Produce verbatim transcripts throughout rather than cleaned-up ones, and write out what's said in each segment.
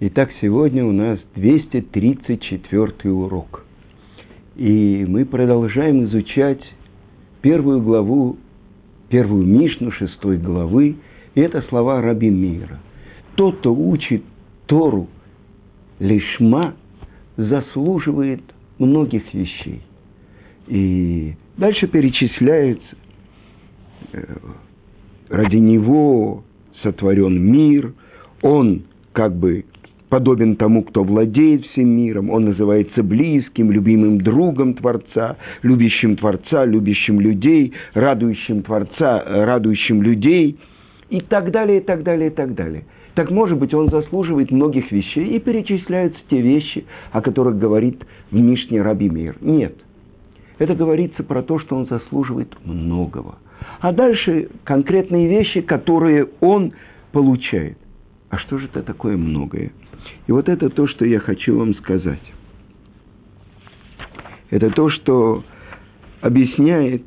Итак, сегодня у нас двести тридцать четвёртый урок. И мы продолжаем изучать первую главу, первую Мишну шестой главы. И это слова Раби Меира. Тот, кто учит Тору лишма, заслуживает многих вещей. И дальше перечисляется, ради него сотворен мир, он как бы подобен тому, кто владеет всем миром, он называется близким, любимым другом Творца, любящим Творца, любящим людей, радующим Творца, радующим людей, и так далее, и так далее, и так далее. Так, может быть, он заслуживает многих вещей, и перечисляются те вещи, о которых говорит в Мишне Раби Меир. Нет. Это говорится про то, что он заслуживает многого. А дальше конкретные вещи, которые он получает. А что же это такое многое? И вот это то, что я хочу вам сказать. Это то, что объясняет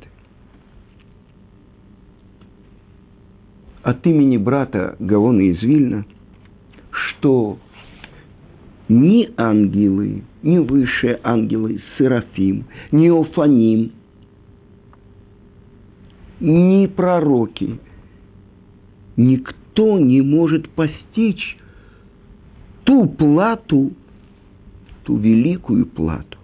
от имени брата Гаона из Вильна, что ни ангелы, ни высшие ангелы, Серафим, ни Офаним, ни пророки, никто не может постичь ту плату, ту великую плату,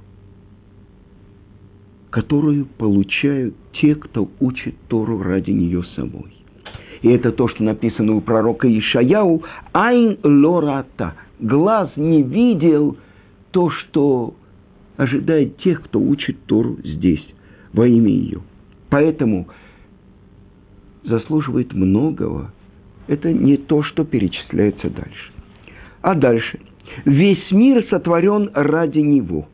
которую получают те, кто учит Тору ради нее самой. И это то, что написано у пророка Ишаяу: «Айн лората» – глаз не видел то, что ожидает тех, кто учит Тору здесь, во имя ее. Поэтому заслуживает многого. Это не то, что перечисляется дальше. А дальше. Весь мир сотворен ради него.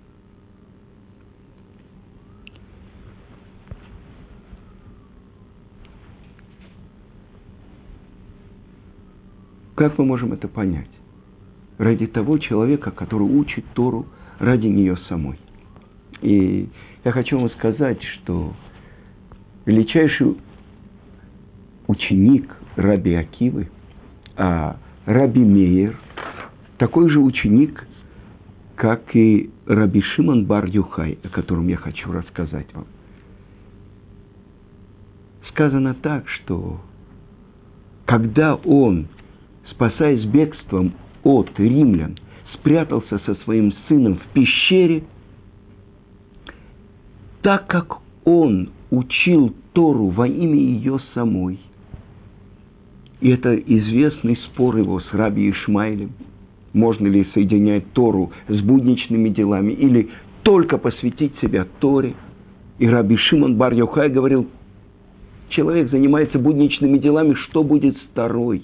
Как мы можем это понять? Ради того человека, который учит Тору ради нее самой. И я хочу вам сказать, что величайший ученик Раби Акивы, а Раби Меир, такой же ученик, как и Раби Шимон бар Йохай, о котором я хочу рассказать вам. Сказано так, что когда он, спасаясь бегством от римлян, спрятался со своим сыном в пещере, так как он учил Тору во имя ее самой, и это известный спор его с Раби Ишмаилем, можно ли соединять Тору с будничными делами или только посвятить себя Торе. И Раби Шимон бар Йохай говорил: человек занимается будничными делами, что будет с Торой?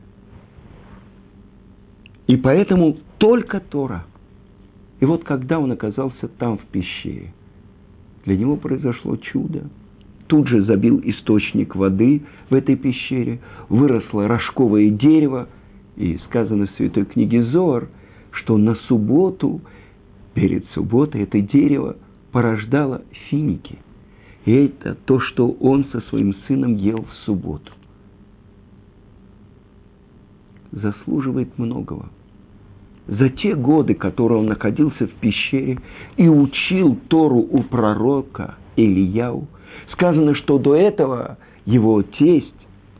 И поэтому только Тора. И вот когда он оказался там, в пещере, для него произошло чудо. Тут же забил источник воды в этой пещере, выросло рожковое дерево, и сказано в Святой книге Зоар, что на субботу, перед субботой, это дерево порождало финики. И это то, что он со своим сыном ел в субботу. Заслуживает многого. За те годы, которые он находился в пещере и учил Тору у пророка Илияу, сказано, что до этого его тесть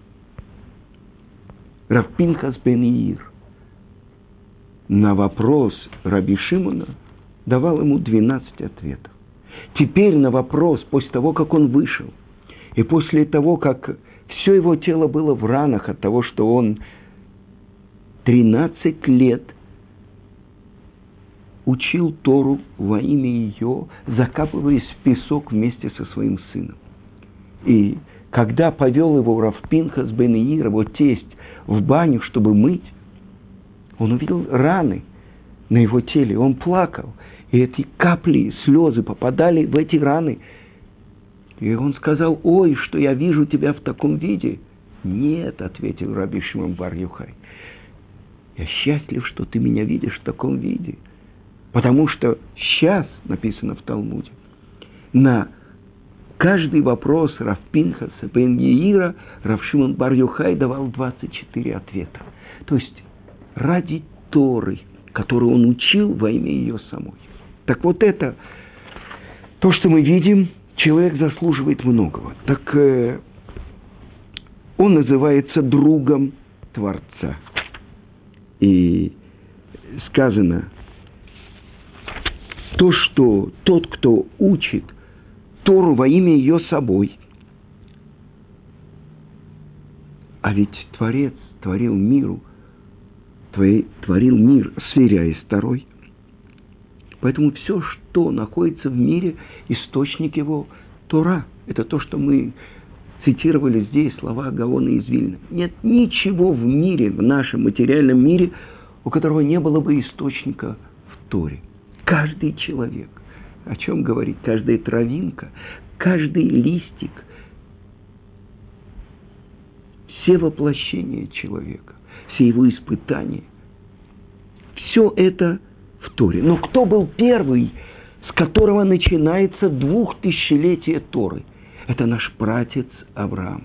Рав Пинхас бен Яир на вопрос Раби Шимона давал ему двенадцать ответов. Теперь на вопрос, после того, как он вышел, и после того, как все его тело было в ранах от того, что он тринадцать лет учил Тору во имя ее, закапываясь в песок вместе со своим сыном. И когда повел его Рав Пинхас бен Яир, его тесть, в баню, чтобы мыть, он увидел раны на его теле, он плакал, и эти капли, слезы попадали в эти раны. И он сказал: «Ой, что я вижу тебя в таком виде». «Нет», — ответил Раби Шимон бар Йохай, «я счастлив, что ты меня видишь в таком виде, потому что сейчас, написано в Талмуде, на каждый вопрос Рав Пинхаса бен Яира Рав Шимон бар Йохай давал двадцать четыре ответа. То есть ради Торы, которую он учил во имя ее самой. Так вот это, то, что мы видим, человек заслуживает многого. Так э, он называется другом Творца. И сказано, то, что тот, кто учит Тору во имя ее собой, а ведь Творец творил миру, творил мир, сверяясь с Торой. Поэтому все, что находится в мире, источник его Тора. Это то, что мы цитировали здесь, слова Гаона из Вильны. Нет ничего в мире, в нашем материальном мире, у которого не было бы источника в Торе. Каждый человек, о чем говорит, каждая травинка, каждый листик, все воплощения человека, все его испытания, все это в Торе. Но кто был первый, с которого начинается двухтысячелетие Торы? Это наш пратец Авраам.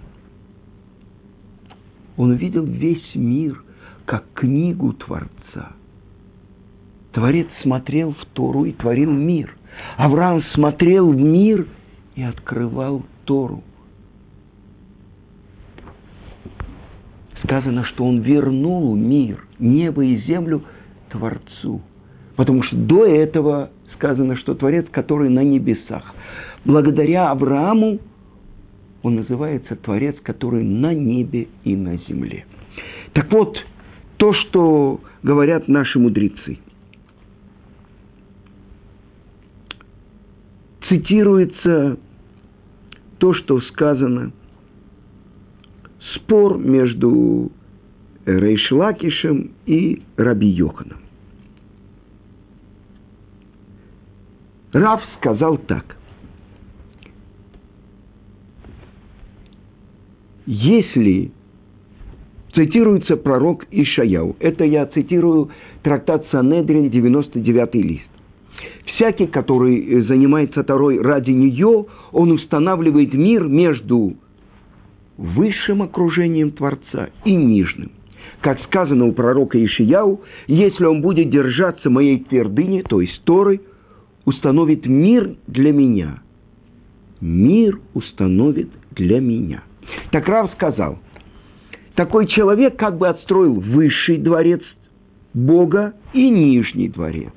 Он увидел весь мир как книгу Творца. Творец смотрел в Тору и творил мир. Авраам смотрел в мир и открывал Тору. Сказано, что он вернул мир, небо и землю Творцу. Потому что до этого сказано, что Творец, который на небесах. Благодаря Аврааму он называется Творец, который на небе и на земле. Так вот, то, что говорят наши мудрецы. Цитируется то, что сказано, спор между Рейш Лакишем и Раби Йоханом. Рав сказал так. Если цитируется пророк Ишаяу, это я цитирую трактат Санедрин, девяносто девятый лист. Всякий, который занимается Торой ради нее, он устанавливает мир между высшим окружением Творца и нижним. Как сказано у пророка Ишаяу, если он будет держаться моей твердыни, то есть Торы, установит мир для меня. Мир установит для меня. Так Рав сказал, такой человек как бы отстроил высший дворец Бога и нижний дворец.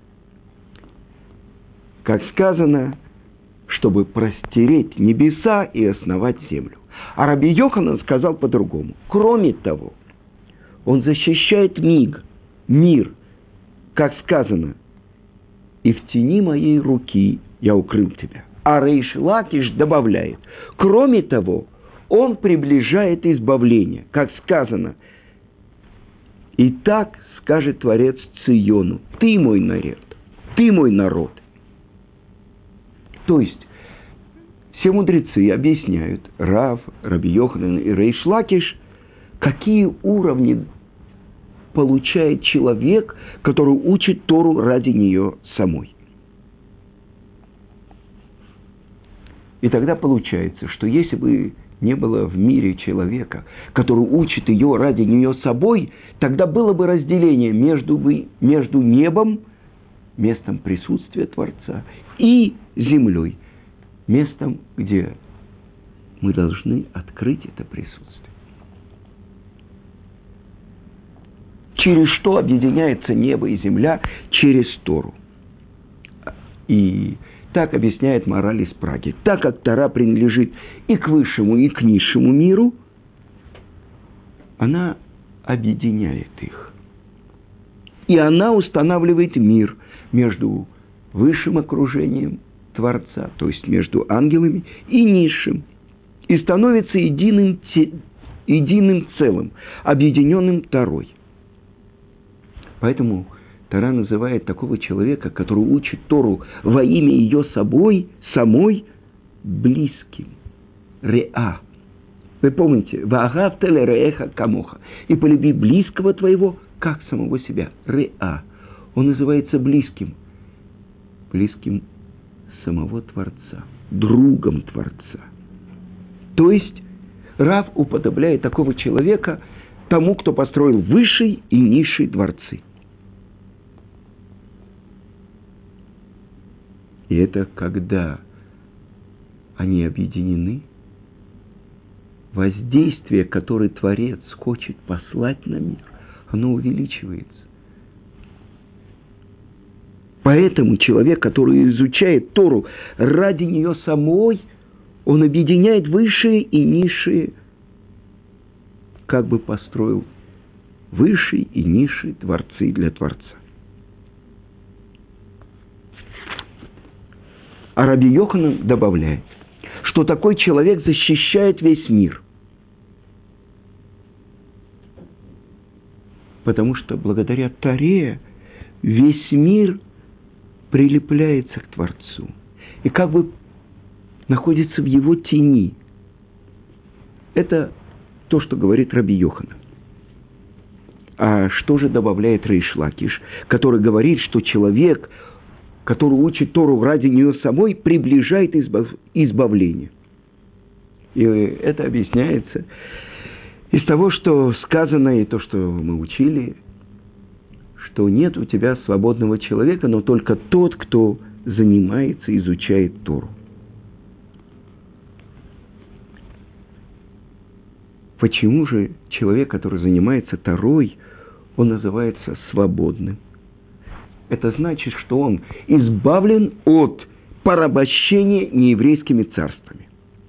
Как сказано, чтобы простереть небеса и основать землю. А Раби Йоханан сказал по-другому. Кроме того, он защищает миг, мир, как сказано, и в тени моей руки я укрыл тебя. А Рейш Лакиш добавляет, кроме того, он приближает избавление, как сказано, и так скажет Творец Циону, ты мой народ, ты мой народ. То есть, все мудрецы объясняют, Рав, Раби Йоханан и Рейш Лакиш, какие уровни получает человек, который учит Тору ради нее самой. И тогда получается, что если бы не было в мире человека, который учит ее ради нее собой, тогда было бы разделение между, между небом, местом присутствия Творца, и землей, местом, где мы должны открыть это присутствие. Через что объединяется небо и земля? Через Тору. И так объясняет мораль из Праги. Так как Тора принадлежит и к высшему, и к низшему миру, она объединяет их. И она устанавливает мир между высшим окружением Творца, то есть между ангелами, и низшим. И становится единым, те, единым целым, объединенным Торой. Поэтому Тора называет такого человека, который учит Тору во имя ее собой, самой, близким. Реа. Вы помните? Ваагав теле реэха камоха. И полюби близкого твоего, как самого себя. Реа. Он называется близким. Близким самого Творца. Другом Творца. То есть, Рав уподобляет такого человека тому, кто построил высший и низший дворцы. И это когда они объединены, воздействие, которое Творец хочет послать на мир, оно увеличивается. Поэтому человек, который изучает Тору ради нее самой, он объединяет высшие и низшие, как бы построил высшие и низшие творцы для Творца. А Раби Йоханан добавляет, что такой человек защищает весь мир. Потому что благодаря Торе весь мир прилепляется к Творцу. И как бы находится в его тени. Это то, что говорит Раби Йоханан. А что же добавляет Рейш Лакиш, который говорит, что человек, который учит Тору ради нее самой, приближает избав... избавление. И это объясняется из того, что сказано, и то, что мы учили, что нет у тебя свободного человека, но только тот, кто занимается, изучает Тору. Почему же человек, который занимается Торой, он называется свободным? Это значит, что он избавлен от порабощения нееврейскими царствами.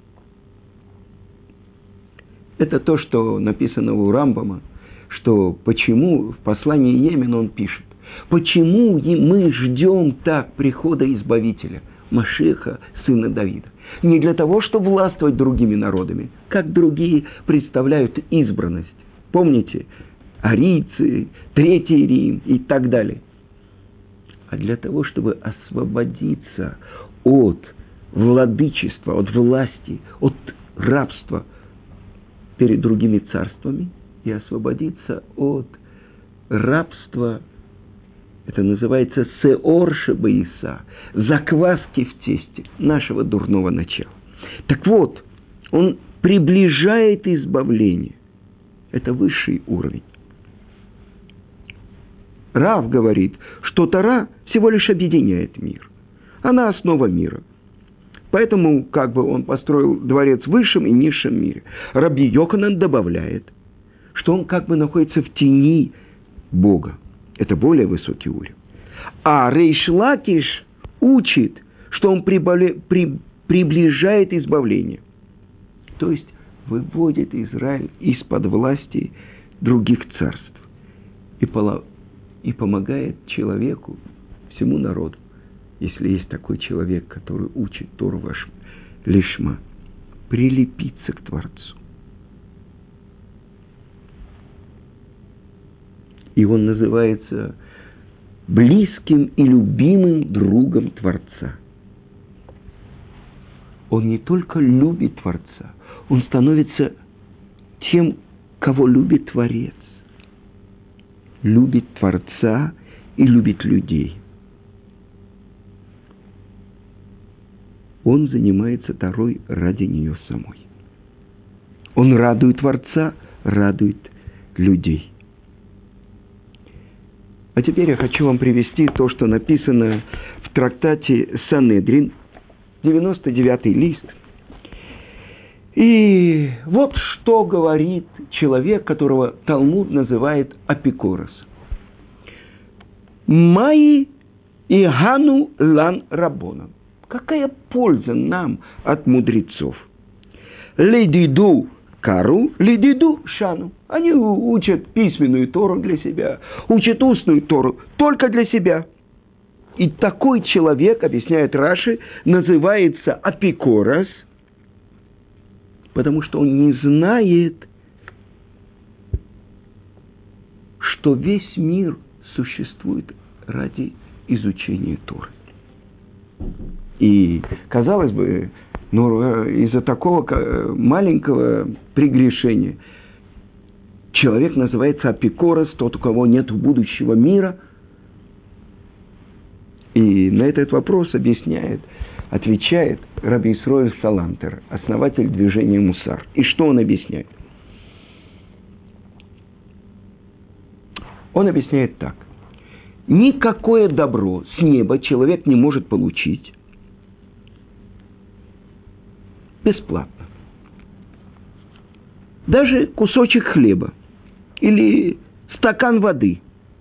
Это то, что написано у Рамбама, что почему в послании Йемен он пишет, почему мы ждем так прихода Избавителя, Машеха, сына Давида. Не для того, чтобы властвовать другими народами, как другие представляют избранность. Помните, арийцы, Третий Рим и так далее. А для того, чтобы освободиться от владычества, от власти, от рабства перед другими царствами и освободиться от рабства, это называется сеор шебаиса, закваски в тесте нашего дурного начала. Так вот, он приближает избавление. Это высший уровень. Рав говорит, что Тора всего лишь объединяет мир. Она основа мира. Поэтому как бы он построил дворец в высшем и низшем мире. Раби Йоханан добавляет, что он как бы находится в тени Бога. Это более высокий уровень. А Рейш Лакиш учит, что он прибавля... при... приближает избавление. То есть выводит Израиль из-под власти других царств. И, пола... и помогает человеку, всему народу, если есть такой человек, который учит Тору ваш лишма, прилепиться к Творцу. И он называется близким и любимым другом Творца. Он не только любит Творца, он становится тем, кого любит Творец. Любит Творца и любит людей. Он занимается Торой ради нее самой. Он радует Творца, радует людей. А теперь я хочу вам привести то, что написано в трактате Санедрин, девяносто девятый лист. И вот что говорит человек, которого Талмуд называет Апикорос. «Маи и гану лан рабонам». Какая польза нам от мудрецов? «Ледиду кару, ледиду шану». Они учат письменную Тору для себя, учат устную Тору только для себя. И такой человек, объясняет Раши, называется Апикорос, потому что он не знает, что весь мир существует ради изучения Торы. И, казалось бы, ну, из-за такого маленького прегрешения человек называется Апикорос, тот, у кого нет будущего мира. И на этот вопрос объясняет, отвечает Раби Исроэль Салантер, основатель движения Мусар. И что он объясняет? Он объясняет так. Никакое добро с неба человек не может получить, бесплатно. Даже кусочек хлеба или стакан воды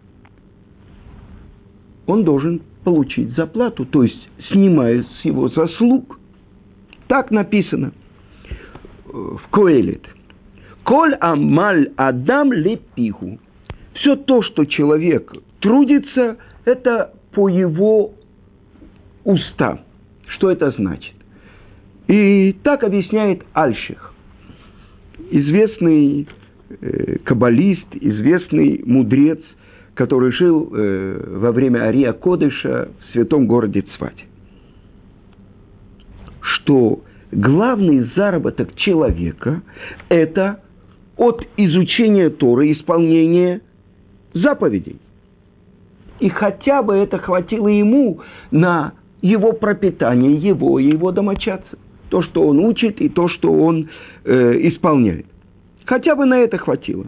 он должен получить заплату, то есть снимая с его заслуг. Так написано в Коэлет. «Коль амаль адам лепиху». Все то, что человек трудится, это по его устам. Что это значит? И так объясняет Альших, известный э, каббалист, известный мудрец, который жил э, во время Ария Кодыша в святом городе Цфате. Что главный заработок человека – это от изучения Торы, исполнения заповедей. И хотя бы это хватило ему на его пропитание, его и его домочадцев. То, что он учит, и то, что он э, исполняет. Хотя бы на это хватило.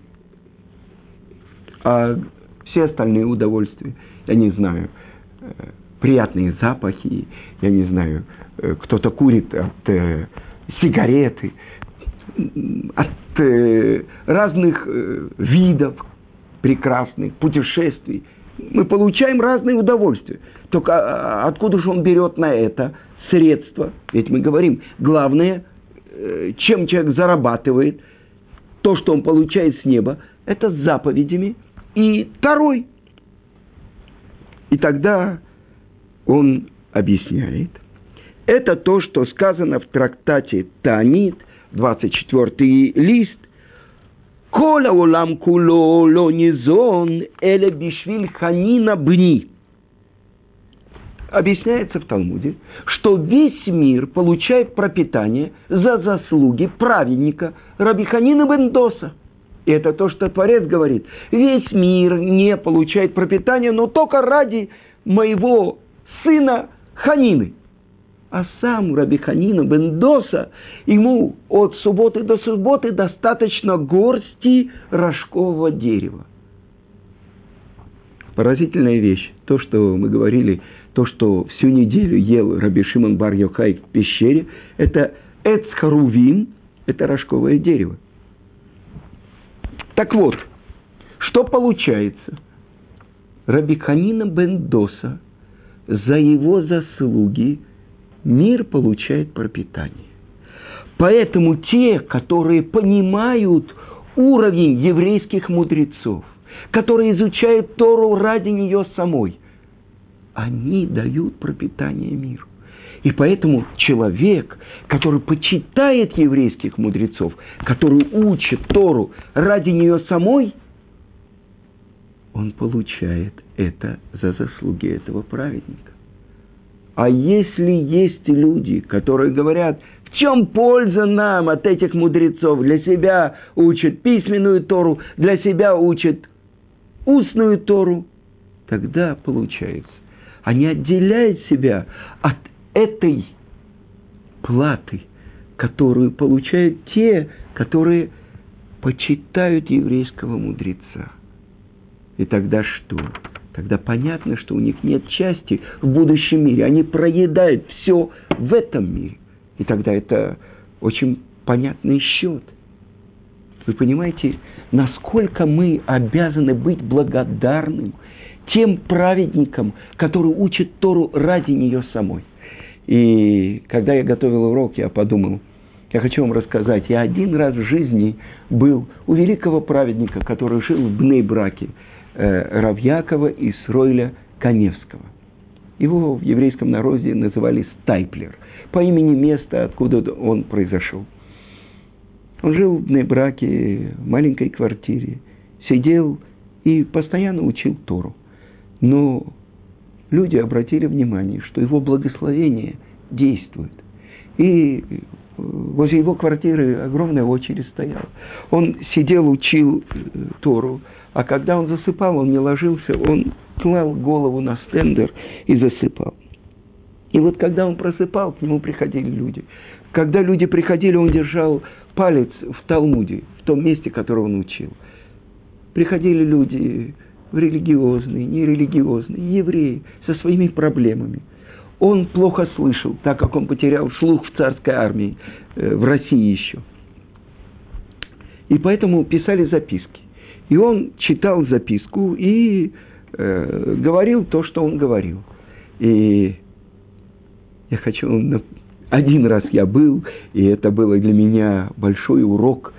А все остальные удовольствия, я не знаю, э, приятные запахи, я не знаю, э, кто-то курит от э, сигареты, от э, разных э, видов прекрасных путешествий. Мы получаем разные удовольствия. Только откуда же он берет на это средства? Ведь мы говорим, главное, чем человек зарабатывает, то, что он получает с неба, это заповедями и Торой. И тогда он объясняет, это то, что сказано в трактате Таанит, двадцать четвёртый лист, «Коля улам куло ло низон эле бишвиль ханина бни». Объясняется в Талмуде, что весь мир получает пропитание за заслуги праведника Раби Ханина бен Доса. И это то, что Творец говорит. Весь мир не получает пропитание, но только ради моего сына Ханины. А сам Раби Ханина бен Доса, ему от субботы до субботы достаточно горсти рожкового дерева. Поразительная вещь. То, что мы говорили, то, что всю неделю ел Раби Шимон бар Йохай в пещере, это эц харувим, это рожковое дерево. Так вот, что получается? Раби Ханина бен Доса за его заслуги мир получает пропитание. Поэтому те, которые понимают уровень еврейских мудрецов, которые изучают Тору ради нее самой, они дают пропитание миру. И поэтому человек, который почитает еврейских мудрецов, который учит Тору ради нее самой, он получает это за заслуги этого праведника. А если есть люди, которые говорят, в чем польза нам от этих мудрецов, для себя учат письменную Тору, для себя учат устную Тору, тогда получается, они отделяют себя от этой платы, которую получают те, которые почитают еврейского мудреца. И тогда что? Тогда понятно, что у них нет части в будущем мире. Они проедают все в этом мире. И тогда это очень понятный счет. Вы понимаете, насколько мы обязаны быть благодарным тем праведникам, которые учат Тору ради нее самой. И когда я готовил урок, я подумал, я хочу вам рассказать, я один раз в жизни был у великого праведника, который жил в Бней-Браке, э, Рав Якова Исроиля Каневского. Его в еврейском народе называли Стайплер, по имени места, откуда он произошел. Он жил в Бней-Браке, в маленькой квартире, сидел и постоянно учил Тору. Но люди обратили внимание, что его благословение действует. И возле его квартиры огромная очередь стояла. Он сидел, учил Тору, а когда он засыпал, он не ложился, он клал голову на стендер и засыпал. И вот когда он просыпал, к нему приходили люди. Когда люди приходили, он держал палец в Талмуде, в том месте, которое он учил. Приходили люди религиозные, нерелигиозные, евреи со своими проблемами. он плохо слышал, так как он потерял слух в царской армии, э, в России еще. И поэтому писали записки. И он читал записку и э, говорил то, что он говорил. И я хочу... Один раз я был, и это было для меня большой урок.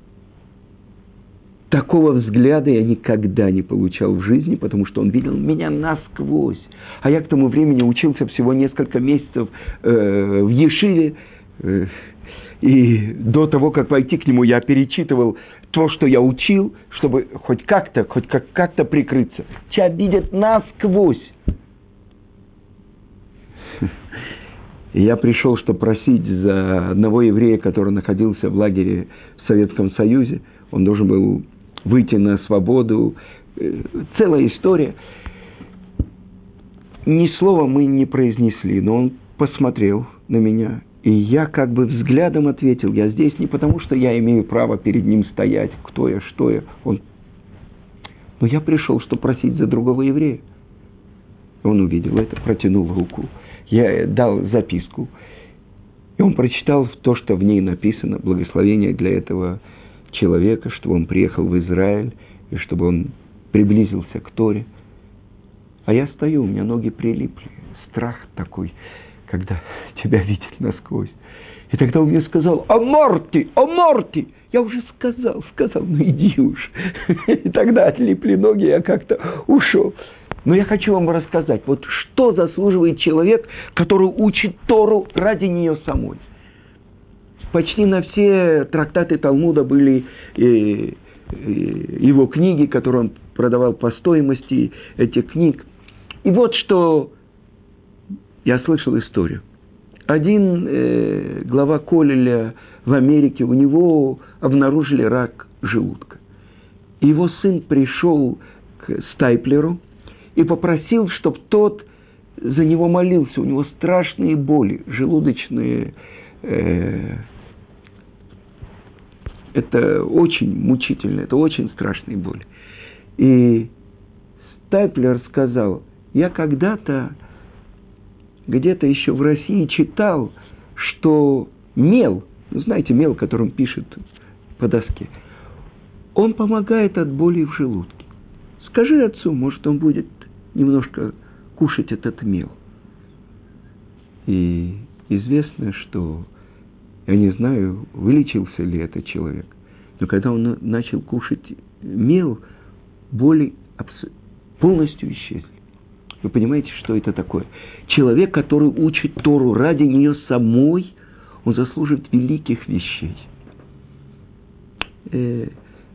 Такого взгляда я никогда не получал в жизни, потому что он видел меня насквозь. А я к тому времени учился всего несколько месяцев э, в ешиве. Э, и до того, как войти к нему, я перечитывал то, что я учил, чтобы хоть как-то, хоть как- как-то прикрыться. Тебя видят насквозь. И я пришел, чтобы просить за одного еврея, который находился в лагере в Советском Союзе. Он должен был выйти на свободу. Целая история. Ни слова мы не произнесли, но он посмотрел на меня. И я как бы взглядом ответил. Я здесь не потому, что я имею право перед ним стоять. Кто я, что я. Он... Но я пришел, чтобы просить за другого еврея. Он увидел это, протянул руку. Я дал записку, и он прочитал то, что в ней написано, благословение для этого человека, чтобы он приехал в Израиль, и чтобы он приблизился к Торе. А я стою, у меня ноги прилипли, страх такой, когда тебя видят насквозь. И тогда он мне сказал: «О Морти! О Морти!» Я уже сказал, сказал, ну иди уж. И тогда отлипли ноги, я как-то ушел. Но я хочу вам рассказать, вот что заслуживает человек, который учит Тору ради нее самой. Почти на все трактаты Талмуда были э, э, его книги, которые он продавал по стоимости этих книг. И вот что я слышал историю. Один э, глава колледжа в Америке, у него обнаружили рак желудка. И его сын пришел к Стайплеру и попросил, чтобы тот за него молился. У него страшные боли, желудочные. Э, это очень мучительно, это очень страшные боли. И Стайплер сказал: я когда-то, где-то еще в России читал, что мел, ну, знаете, мел, которым пишет по доске, он помогает от боли в желудке. Скажи отцу, может, он будет немножко кушать этот мел. И известно, что, я не знаю, вылечился ли этот человек, но когда он начал кушать мел, боли полностью исчезли. Вы понимаете, что это такое? Человек, который учит Тору ради нее самой, он заслужит великих вещей. Э,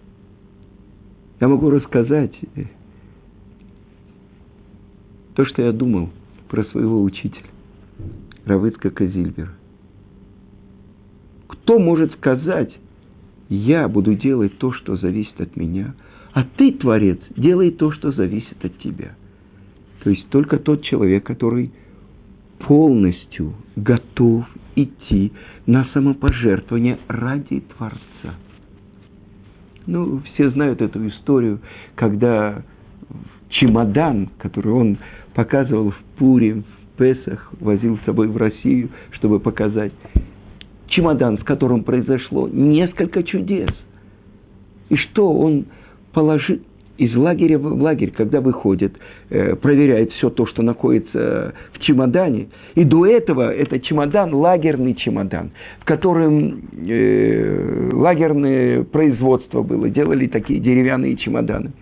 я могу рассказать э, то, что я думал про своего учителя, Рав Ицхака Зильбера. Кто может сказать: я буду делать то, что зависит от меня, а ты, Творец, делай то, что зависит от тебя? То есть только тот человек, который полностью готов идти на самопожертвование ради Творца. Ну, все знают эту историю, когда чемодан, который он показывал в Пурим, в Песах, возил с собой в Россию, чтобы показать. Чемодан, с которым произошло несколько чудес. И что он положил из лагеря в лагерь, когда выходит, э, проверяет все то, что находится в чемодане. И до этого этот чемодан, лагерный чемодан, в котором э, лагерное производство было, делали такие деревянные чемоданы.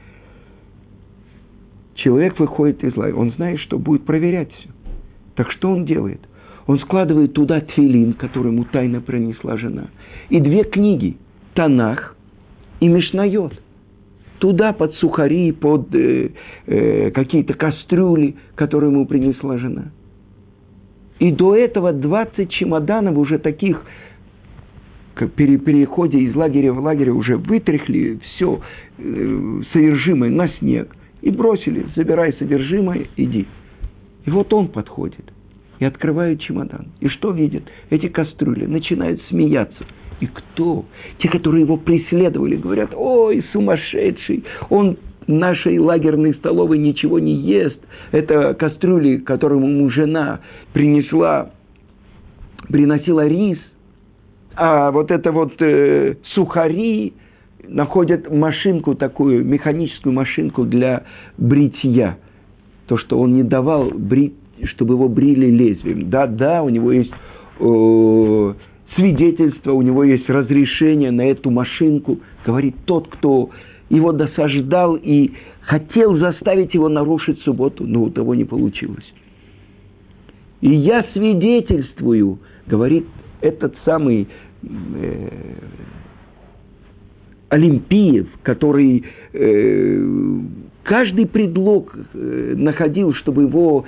Человек выходит из лагеря, он знает, что будет проверять все. Так что он делает? Он складывает туда тфилин, который ему тайно принесла жена, и две книги, Танах и Мишнайот. Туда под сухари, под э, э, какие-то кастрюли, которые ему принесла жена. И до этого двадцать чемоданов уже таких, как при переходе из лагеря в лагерь, уже вытряхли все э, содержимое на снег и бросили: забирай содержимое, иди. И вот он подходит и открывает чемодан. И что видит? Эти кастрюли начинают смеяться. И кто? Те, которые его преследовали, говорят: ой, сумасшедший, он нашей лагерной столовой ничего не ест. Это кастрюли, которым ему жена принесла, приносила рис. А вот это вот э, сухари находят машинку такую, механическую машинку для бритья. То, что он не давал брить, чтобы его брили лезвием. Да-да, у него есть э, свидетельство, у него есть разрешение на эту машинку. Говорит тот, кто его досаждал и хотел заставить его нарушить субботу, но у того не получилось. И я свидетельствую, говорит этот самый э, Олимпиев, который э, каждый предлог э, находил, чтобы его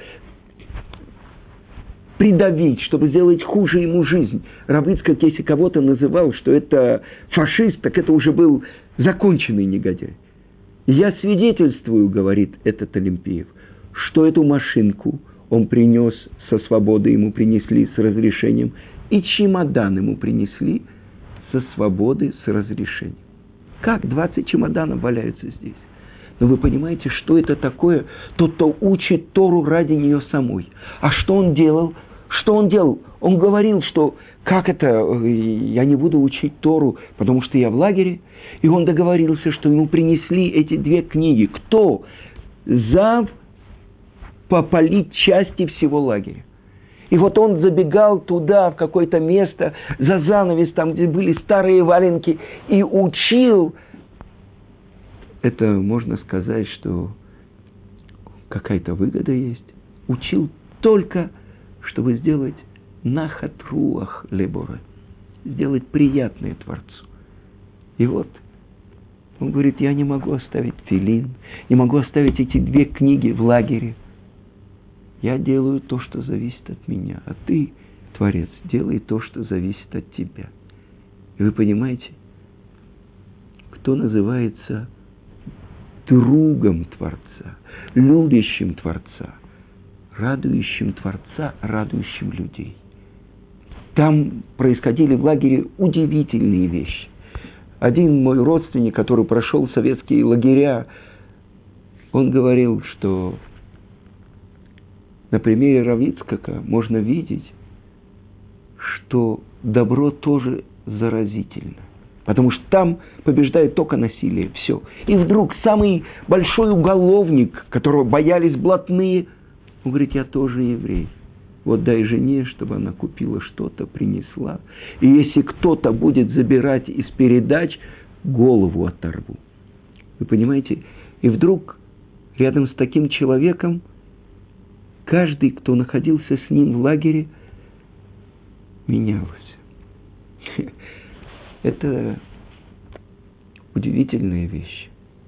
придавить, чтобы сделать хуже ему жизнь. Рав Ицхак, если кого-то называл, что это фашист, так это уже был законченный негодяй. Я свидетельствую, говорит этот Олимпиев, что эту машинку он принес со свободы, ему принесли с разрешением, и чемодан ему принесли со свободы с разрешением. Как двадцать чемоданов валяются здесь? Но вы понимаете, что это такое? Тот, кто учит Тору ради нее самой. А что он делал? Что он делал? Он говорил, что как это, я не буду учить Тору, потому что я в лагере. И он договорился, что ему принесли эти две книги. Кто? Зав по политчасти всего лагеря. И вот он забегал туда, в какое-то место, за занавес, там, где были старые валенки, и учил. Это можно сказать, что какая-то выгода есть. Учил только, чтобы сделать нахат руах лебора, сделать приятное Творцу. И вот он говорит, я не могу оставить тфилин, не могу оставить эти две книги в лагере. Я делаю то, что зависит от меня, а ты, Творец, делай то, что зависит от тебя. И вы понимаете, кто называется другом Творца, любящим Творца, радующим Творца, радующим людей. Там происходили в лагере удивительные вещи. Один мой родственник, который прошел советские лагеря, он говорил, что на примере Рав Ицхака можно видеть, что добро тоже заразительно. Потому что там побеждает только насилие, все. И вдруг самый большой уголовник, которого боялись блатные, он говорит, я тоже еврей. Вот дай жене, чтобы она купила что-то, принесла. И если кто-то будет забирать из передач, голову оторву. Вы понимаете? И вдруг рядом с таким человеком каждый, кто находился с ним в лагере, менялся. Это удивительная вещь.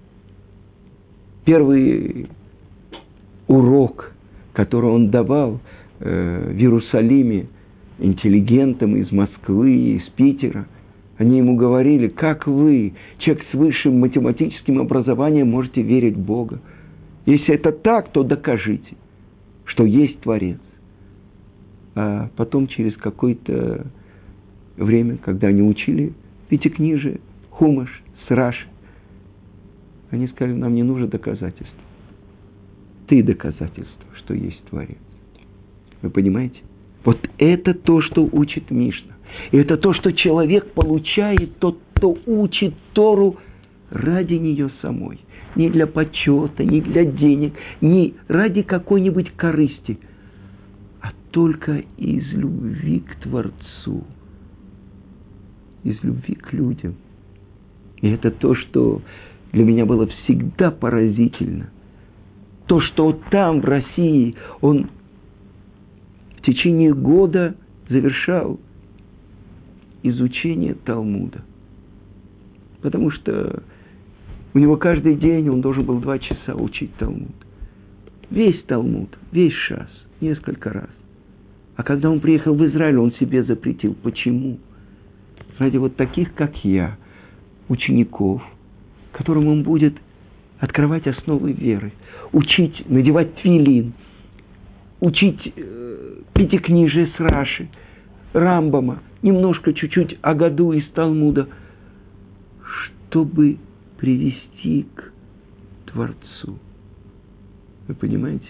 Первый урок, который он давал э, в Иерусалиме интеллигентам из Москвы, из Питера, они ему говорили, как вы, человек с высшим математическим образованием, можете верить в Бога. Если это так, то докажите, что есть Творец. А потом через какое-то время, когда они учили пятикнижие, хумаш, сраши, они сказали, нам не нужно доказательств. Ты доказательство, что есть Творец. Вы понимаете? Вот это то, что учит Мишна. И это то, что человек получает, тот, кто учит Тору ради нее самой. Не для почета, не для денег, не ради какой-нибудь корысти, а только из любви к Творцу, из любви к людям. И это то, что для меня было всегда поразительно. То, что там, в России, он в течение года завершал изучение Талмуда. Потому что у него каждый день он должен был два часа учить Талмуд. Весь Талмуд, весь шас, несколько раз. А когда он приехал в Израиль, он себе запретил. Почему? Ради вот таких, как я, учеников, которым он будет открывать основы веры, учить, надевать тфилин, учить э, пятикнижие с Раши, Рамбама, немножко, чуть-чуть Агаду из Талмуда, чтобы привести к Творцу. Вы понимаете?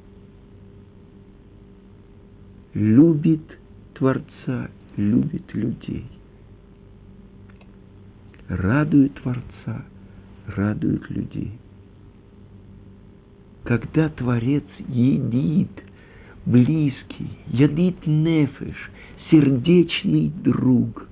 Любит Творца, любит людей. Радует Творца, радует людей. Когда Творец едит, близкий, ядит нефеш, сердечный друг,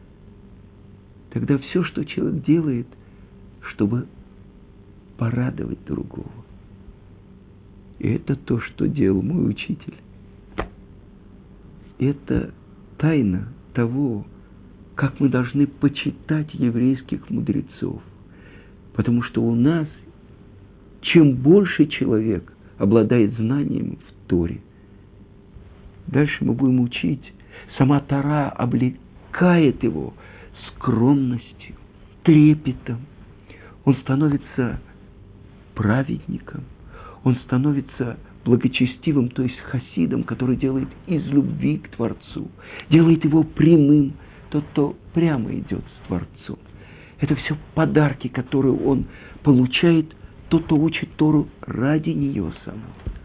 тогда все, что человек делает, чтобы порадовать другого. И это то, что делал мой учитель. Это тайна того, как мы должны почитать еврейских мудрецов. Потому что у нас, чем больше человек обладает знанием в Торе, дальше мы будем учить, сама Тора облекает его скромностью, трепетом. Он становится праведником, он становится благочестивым, то есть хасидом, который делает из любви к Творцу, делает его прямым, тот, кто прямо идет с Творцом. Это все подарки, которые он получает, тот, кто учит Тору ради нее самого.